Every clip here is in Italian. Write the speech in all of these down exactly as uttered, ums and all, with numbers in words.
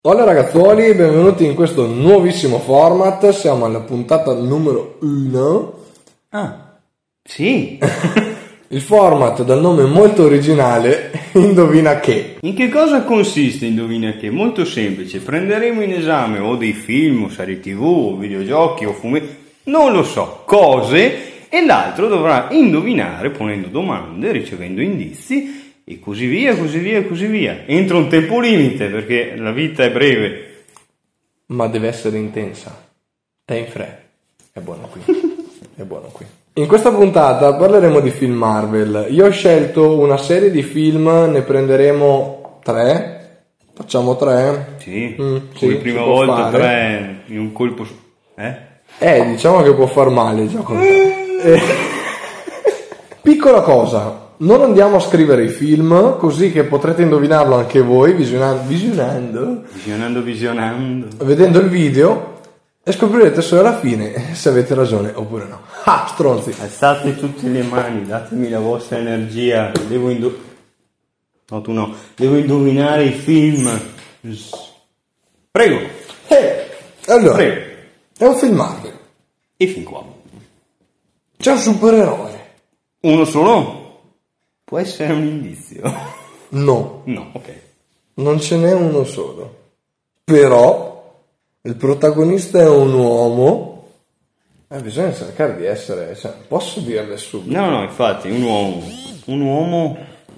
Hola ragazzuoli, benvenuti in questo nuovissimo format, siamo alla puntata numero uno. Ah, sì. Il format dal nome molto originale, Indovina che. In che cosa consiste Indovina che? Molto semplice, prenderemo in esame o dei film, o serie tv, o videogiochi, o fumetti, non lo so, cose, e l'altro dovrà indovinare ponendo domande, ricevendo indizi, e così via, così via, così via. Entro un tempo limite, perché la vita è breve. Ma deve essere intensa. Time free. È buono qui. È buono qui. In questa puntata parleremo di film Marvel. Io ho scelto una serie di film, ne prenderemo tre. Facciamo tre? Sì, mm, come sì, prima si può volta, fare. tre in un colpo. su- Eh? Eh, diciamo che può far male già con te. Eh, Piccola cosa. Non andiamo a scrivere i film, così che potrete indovinarlo anche voi, visionando, visionando, Visionando, visionando. vedendo il video, e scoprirete solo alla fine se avete ragione oppure no. Ah, stronzi! Alzate tutte le mani, datemi la vostra energia. Devo indo... No, tu no. Devo indovinare i film. Prego. Eh, allora, Prego. è un film Marvel. E fin qua. C'è un supereroe. Uno solo? Può essere un indizio. No, No, ok. non ce n'è uno solo. Però il protagonista è un uomo. Eh, bisogna cercare di essere... Cioè, posso dirle subito? No, no, infatti, un uomo. Un uomo...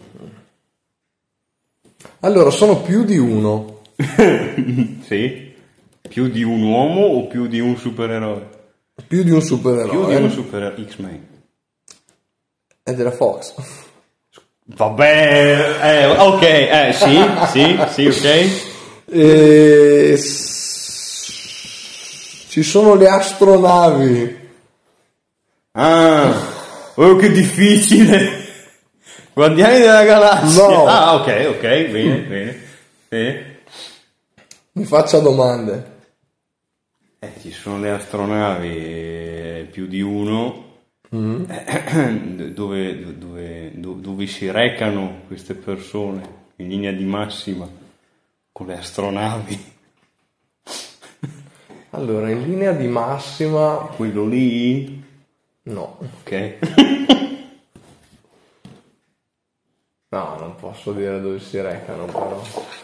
Allora, sono più di uno. Sì? Più di un uomo o più di un supereroe? Più di un supereroe. Più di un supereroe. X-Men. È della Fox. Vabbè, eh, ok, eh, sì, sì, sì, ok. E... s- Ci sono le astronavi. Ah, oh che difficile. Guardiani della Galassia. No. Ah, ok, ok, bene, bene. bene. Mi faccia domande. Eh, ci sono le astronavi, eh, più di uno, eh, dove, dove, dove, dove si recano queste persone in linea di massima con le astronavi. Allora, in linea di massima... Quello lì, No. ok. No, non posso dire dove si recano, però.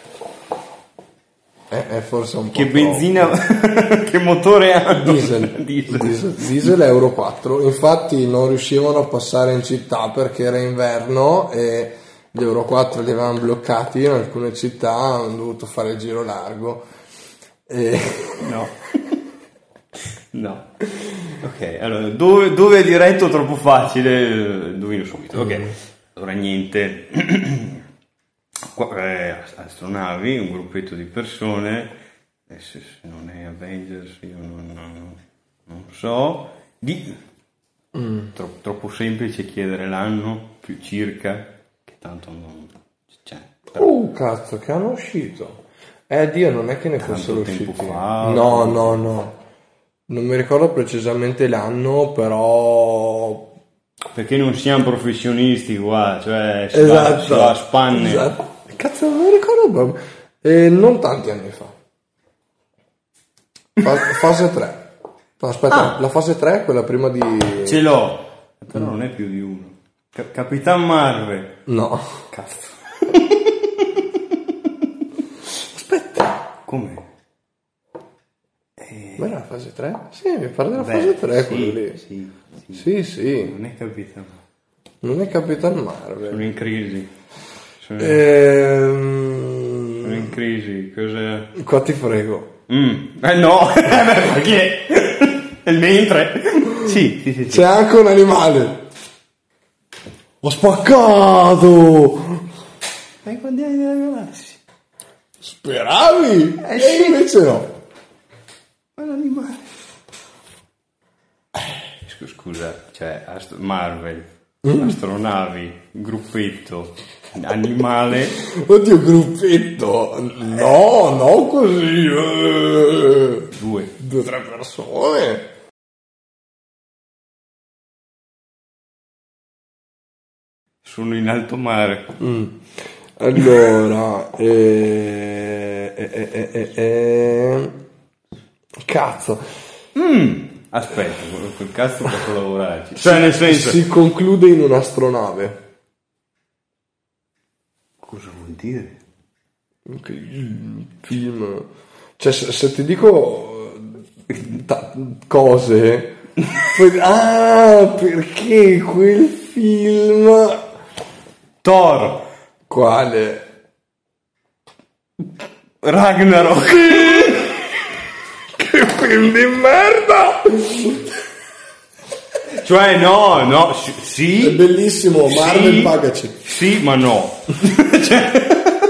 È, è forse un po' Che troppo. benzina, che motore hanno? Diesel. Diesel. Diesel. Diesel Euro quattro. Infatti non riuscivano a passare in città perché era inverno e gli Euro quattro li avevano bloccati in alcune città, hanno dovuto fare il giro largo. E... No. No. Ok, allora, dove, dove è diretto troppo facile? Indovino subito. Ok. Allora niente. Qua, eh, astronavi, un gruppetto di persone. Eh, se, se non è Avengers, io non, non, non so. Di, tro, troppo semplice chiedere l'anno, più circa, che tanto non c'è. Però, Uh, cazzo, che hanno uscito? Eh, Dio, non è che ne fossero tempo usciti. fa. No, no, no. Non mi ricordo precisamente l'anno, però... Perché non siamo professionisti qua, cioè si, Esatto. va, si va a spanne. Esatto. Cazzo, non mi ricordo proprio. Eh, non tanti anni fa. Fa- fase tre. No, aspetta, Ah. la fase tre è quella prima di... Ce l'ho, però non è più di uno. Ca- Capitan Marvel. No. Cazzo. Aspetta. Come? Ma era la fase tre? Sì, mi pare della Beh, fase tre sì, quello lì. Sì, sì. Sì, sì. Non è Capitan. Non è Capitan Marvel. Sono in crisi. Sono, Ehm... sono in crisi. Cos'è? Qua ti frego. Mm. Eh no, perché? Nel mentre. Sì, sì, sì. sì. C'è anche un animale. Ho spaccato! Ma i Guardiani della Galassia. Speravi? Eh, E sì. invece no. Ma l'animale. Scu- Scusa, cioè Ast- Marvel, astronavi, gruppetto, animale. Oddio, gruppetto. No, no così. eh. Due. Due o tre persone. Sono in alto mare. Mm. Allora, eh, eh, eh, eh, eh, cazzo. Mm, aspetta, quel cazzo posso lavorarci. Cioè, nel senso, Si conclude in un'astronave. cosa vuol dire? Il film, cioè se, se ti dico ta- cose, poi, ah, perché quel film? Thor, Quale? Ragnarok. Che film di merda! Cioè, no, no, sì, È sì, bellissimo, Marvel, sì, pagaci. sì, ma no. Cioè,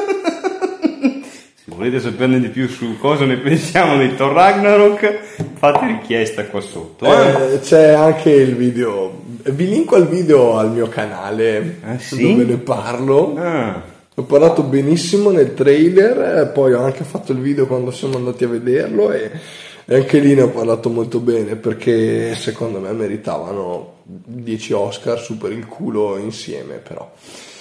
se volete saperne di più su cosa ne pensiamo di Thor Ragnarok, fate richiesta qua sotto. Eh? Eh, c'è anche il video, vi linko al video al mio canale, Ah, sì? dove ne parlo. Ah, Ho parlato benissimo nel trailer, eh, poi ho anche fatto il video quando siamo andati a vederlo e, e anche lì ne ho parlato molto bene, perché secondo me meritavano dieci Oscar su per il culo insieme, però.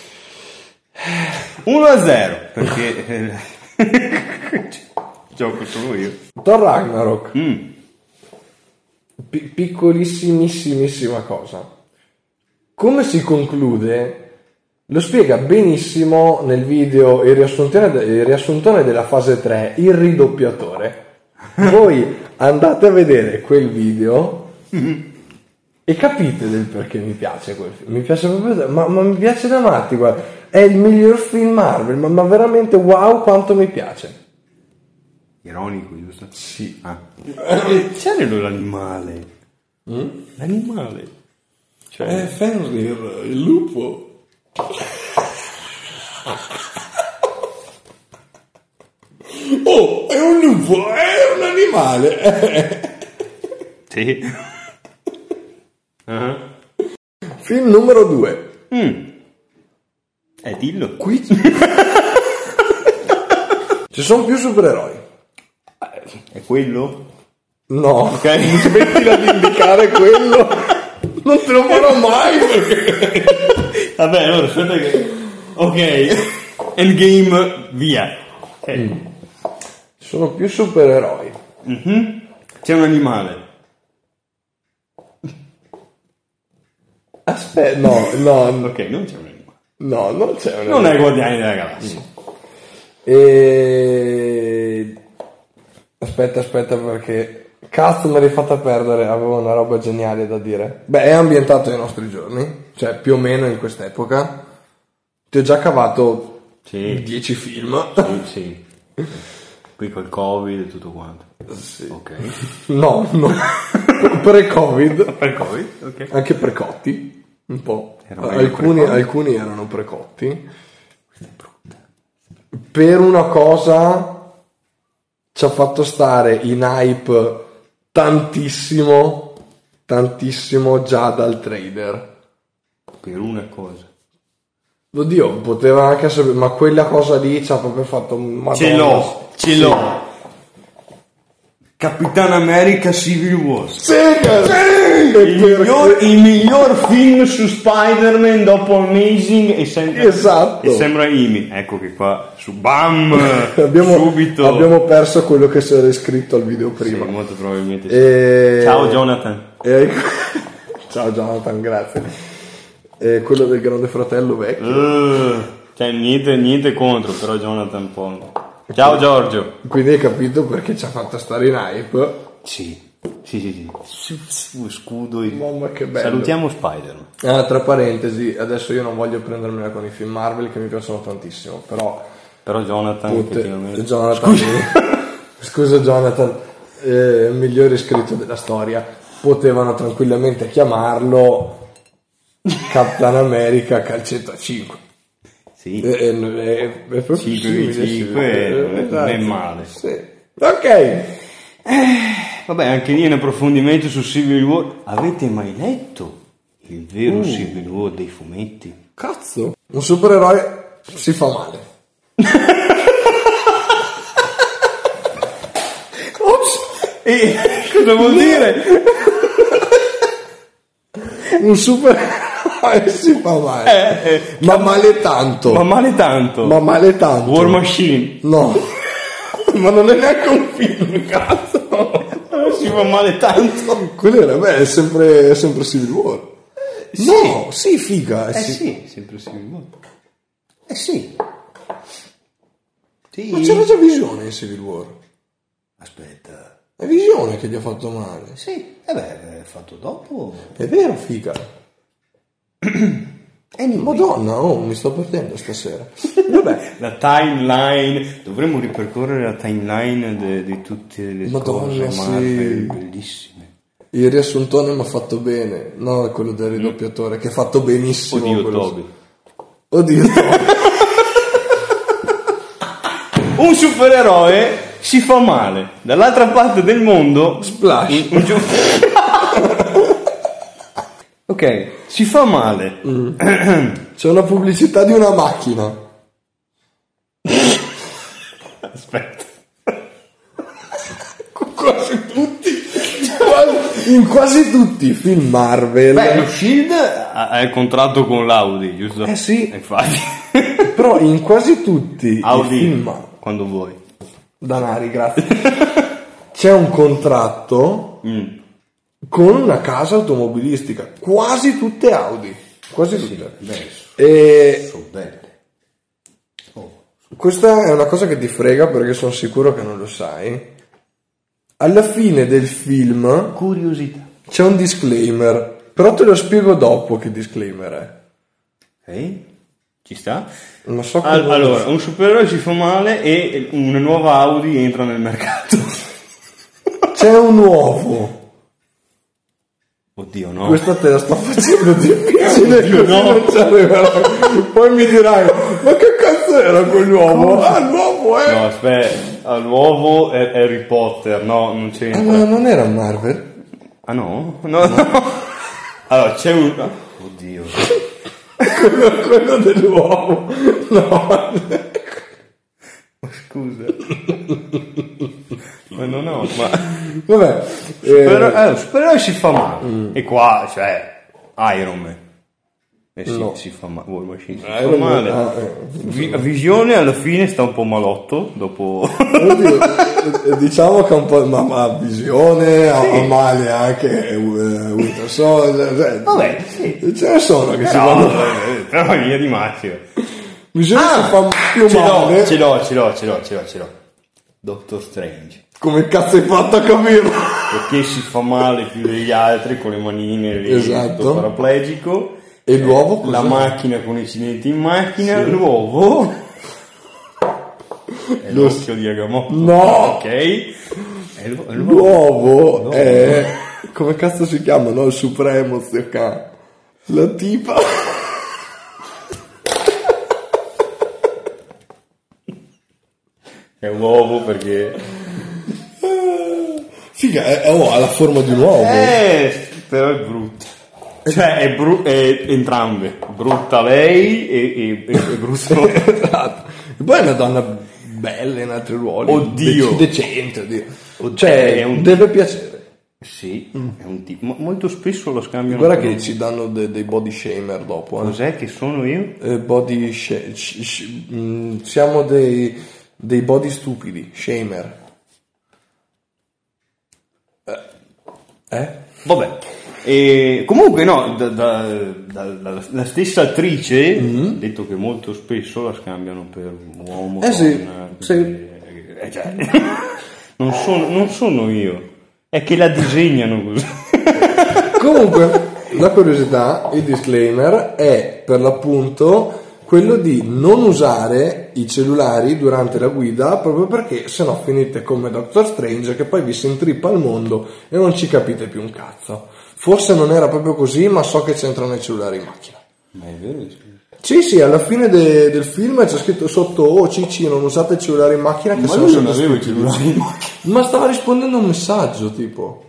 uno a zero, perché eh, gioco solo io. Thor Ragnarok, Mm. pi- piccolissimissima cosa. Come si conclude? Lo spiega benissimo nel video il riassuntone, il riassuntone della fase tre, il ridoppiatore. Voi andate a vedere quel video e capite del perché mi piace quel film. Mi piace proprio, ma, ma mi piace da matti, guarda. È il miglior film Marvel, ma, ma veramente wow quanto mi piace. Ironico, giusto? Sì. Ah. C'è l'animale. Mm? L'animale. Cioè, È Fenrir, il lupo. Oh, è un lupo, è un animale. sì. Uh-huh. Film numero due. Mm. Eh, dillo. Qui ci sono più supereroi. È quello? No, Ok. smettila di indicare quello. Non te lo farò mai perché... Vabbè, allora aspetta che... Ok. Endgame, via. Ok. Mm. Ci sono più supereroi. Mhm. C'è un animale. Aspetta, no, no, Ok, non c'è un animale. no, non c'è un Non è Guardiani della Galassia. E... Aspetta, aspetta perché... Cazzo me l'hai fatta perdere, avevo una roba geniale da dire. Beh, è ambientato ai nostri giorni, cioè più o meno in quest'epoca. Ti ho già cavato Sì. dieci film. Sì, sì. Qui col Covid e tutto quanto. Sì. Ok. No, no. Pre-Covid. Per Covid? Ok. Anche precotti, un po'. Era meglio Alcuni, pre-Covid. alcuni erano precotti. Per una cosa ci ha fatto stare in hype tantissimo, tantissimo già dal trailer. Per una cosa. Oddio, poteva anche sapere, ma quella cosa lì ci ha proprio fatto... Madonna. Ce l'ho, ce Sì. l'ho. Capitan America Civil War. Sì, sì, Il miglior, il miglior film su Spider-Man dopo Amazing e, sem- Esatto. e sembra Imi. Ecco che qua, su bam, abbiamo, subito. abbiamo perso quello che si era iscritto al video prima. Sì, molto probabilmente sì. E... Ciao Jonathan. E... Ciao Jonathan, grazie. E quello del Grande Fratello vecchio. Uh, cioè niente, niente contro, però Jonathan un po'. Ciao Giorgio. Quindi hai capito perché ci ha fatto stare in hype. Sì, sì, sì, sì. Su- Scudo. e- Mamma che bello. Salutiamo Spider-Man. Ah, tra parentesi, adesso io non voglio prendermela con i film Marvel che mi piacciono tantissimo, però... Però Jonathan Putte- effettivamente. Jonathan, scusa Jonathan, eh, migliore iscritto della storia, potevano tranquillamente chiamarlo Capitan America calcetto a cinque. Sì. È, è, è, è proprio cinque simile, di cinque sì. non è- non è Esatto. male. Sì. Ok. Vabbè, anche lì in approfondimento su Civil War. Avete mai letto il vero Uh. Civil War dei fumetti? Cazzo, un supereroe si fa male. Ops! E cosa vuol dire? Un supereroe E si fa male. Eh, eh, ma male tanto. Ma male tanto. Ma male tanto. War Machine. No. Ma non è neanche un film, cazzo. Si fa male tanto. Quello era, beh, è sempre, è sempre Civil War. Sì. No, sì, figa. Eh sì. sì, sempre Civil War. Eh sì. Sì. Ma c'era già Visione in Civil War. Aspetta. È Visione che gli ha fatto male. Sì, e beh, è fatto dopo. È vero, figa. Anyway. Madonna, oh, mi sto perdendo stasera. Vabbè. La timeline, dovremmo ripercorrere la timeline di tutte le Madonna, cose Marvel, sì. bellissime. Il riassuntone mi ha fatto bene. No, è quello del ridoppiatore che ha fatto benissimo. Oddio quello- Toby. Oddio Toby. Un supereroe si fa male. Dall'altra parte del mondo Splash. un, un giu- Ok, si fa male. C'è una pubblicità di una macchina. Aspetta. Quasi tutti. quasi- in quasi tutti i film Marvel. Beh, lo Shield ha, ha il contratto con l'Audi, giusto? Eh sì. Infatti. Però in quasi tutti Audi, i film quando vuoi. Danari, grazie. C'è un contratto Mm. con una casa automobilistica, quasi tutte Audi, quasi tutte. Beh, E sono belle. Oh. questa è una cosa che ti frega perché sono sicuro che non lo sai. Alla fine del film Curiosità. c'è un disclaimer, però te lo spiego dopo che disclaimer è. Ok, ci sta. Non so Al- come- allora, un supereroe si fa male e una nuova Audi entra nel mercato. C'è un uovo. Oddio, no. Questa te la sto facendo difficile, Oddio, così no. non ci arriverò. Poi mi dirai, ma che cazzo era quell'uovo? Ah, l'uovo è... No, aspetta, all'uovo è Harry Potter, no, non Ah, c'entra. ma non era Marvel? Ah no? No, no. Allora, c'è un... Oddio. quello, quello dell'uovo. No. Scusa. Ma non ho, ma... Vabbè. Però, Eh, eh, supereroe si fa male. E qua, cioè, Iron Man. Eh sì, No. si fa male. War Machine si Iron fa Man, male. ah, eh. Vi- Visione alla fine sta un po' malotto, dopo... oddio, eh, diciamo che un po'... Ma, ma Visione, ha, ha male anche eh, Winter Soldier. Cioè, Vabbè, sì. ce ne sono che si Però, vanno... eh, però in linea di massima. Visione Ah, si fa più ce l'ho, male. ce l'ho, ce l'ho, ce l'ho, ce l'ho, ce l'ho. Doctor Strange. Come cazzo hai fatto a capirlo? Perché si fa male più degli altri con le manine lì, Esatto. tutto paraplegico. E l'uovo cos'è? La macchina con incidenti in macchina, l'uovo è l'occhio di Agamotto. No! Ok. È l'u- è l'uovo. L'uovo No. è... come cazzo si chiama? No, il supremo, sto ca- la tipa... È un uovo perché... Figa, è, oh, ha la forma di un uovo. Eh, però è brutta. Cioè, è, bru- è entrambe. Brutta lei e, e, e, e brutto... Esatto. E poi è una donna bella in altri ruoli. Oddio. De- decente, oddio. Oddio, Cioè, è un- deve piacere. Sì, è un tipo... ma molto spesso lo scambiano... Guarda per che un- ci danno de- dei body shamer dopo. Eh. Cos'è che sono io? Eh, body sh- sh- sh- mm, siamo dei, dei body stupidi, shamer. Eh? eh? Vabbè. E comunque no, da, da, da- da- la stessa attrice, detto che molto spesso la scambiano per un uomo. Eh sì, donna, sì. eh, cioè, non, sono, non sono io, è che la disegnano così. Comunque, la curiosità, il disclaimer è per l'appunto quello di non usare i cellulari durante la guida proprio perché sennò finite come Doctor Strange che poi vi si intrippa il mondo e non ci capite più un cazzo. Forse non era proprio così, ma so che c'entrano i cellulari in macchina. Ma è vero? Sì, sì, alla fine de- del film c'è scritto sotto oh Cicci non usate il cellulare in macchina che Ma sennò lui non siete aveva i stupidi. cellulari in macchina. Ma stava rispondendo a un messaggio tipo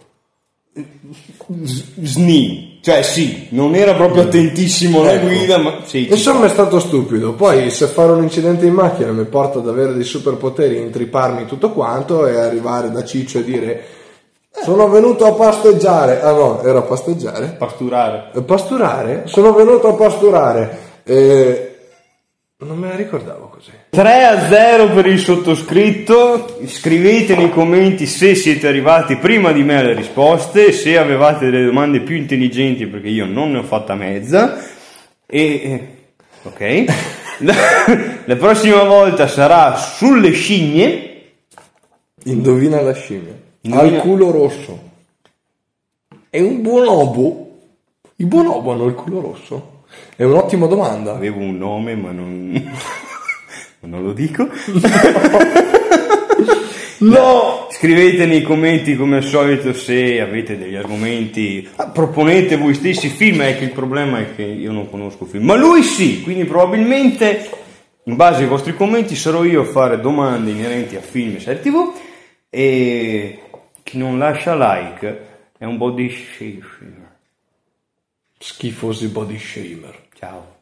Sni, cioè sì, non era proprio attentissimo alla Ecco. guida, ma sì. ci insomma sta. è stato stupido. Poi se fare un incidente in macchina mi porta ad avere dei superpoteri, intriparmi tutto quanto e arrivare da Ciccio e dire Sono venuto a pasteggiare. Ah no, era pasteggiare? Pasturare. Eh, Pasturare? Sono venuto a pasturare. Eh, non me la ricordavo così. tre a zero per il sottoscritto. Scrivete nei commenti se siete arrivati prima di me alle risposte, se avevate delle domande più intelligenti, perché io non ne ho fatta mezza. E ok. la, la prossima volta sarà sulle scimmie. Indovina la scimmia. Indovina- Al culo rosso. È un bonobo. I bonobo hanno il culo rosso? È un'ottima domanda. Avevo un nome, ma non, ma non lo dico. No! Scrivete nei commenti come al solito se avete degli argomenti, ah, proponete voi stessi film. È che il problema è che io non conosco film, ma lui sì, quindi probabilmente in base ai vostri commenti sarò io a fare domande inerenti a film e serie tv. E chi non lascia like è un body shamer. Schifosi body shamer. Ciao.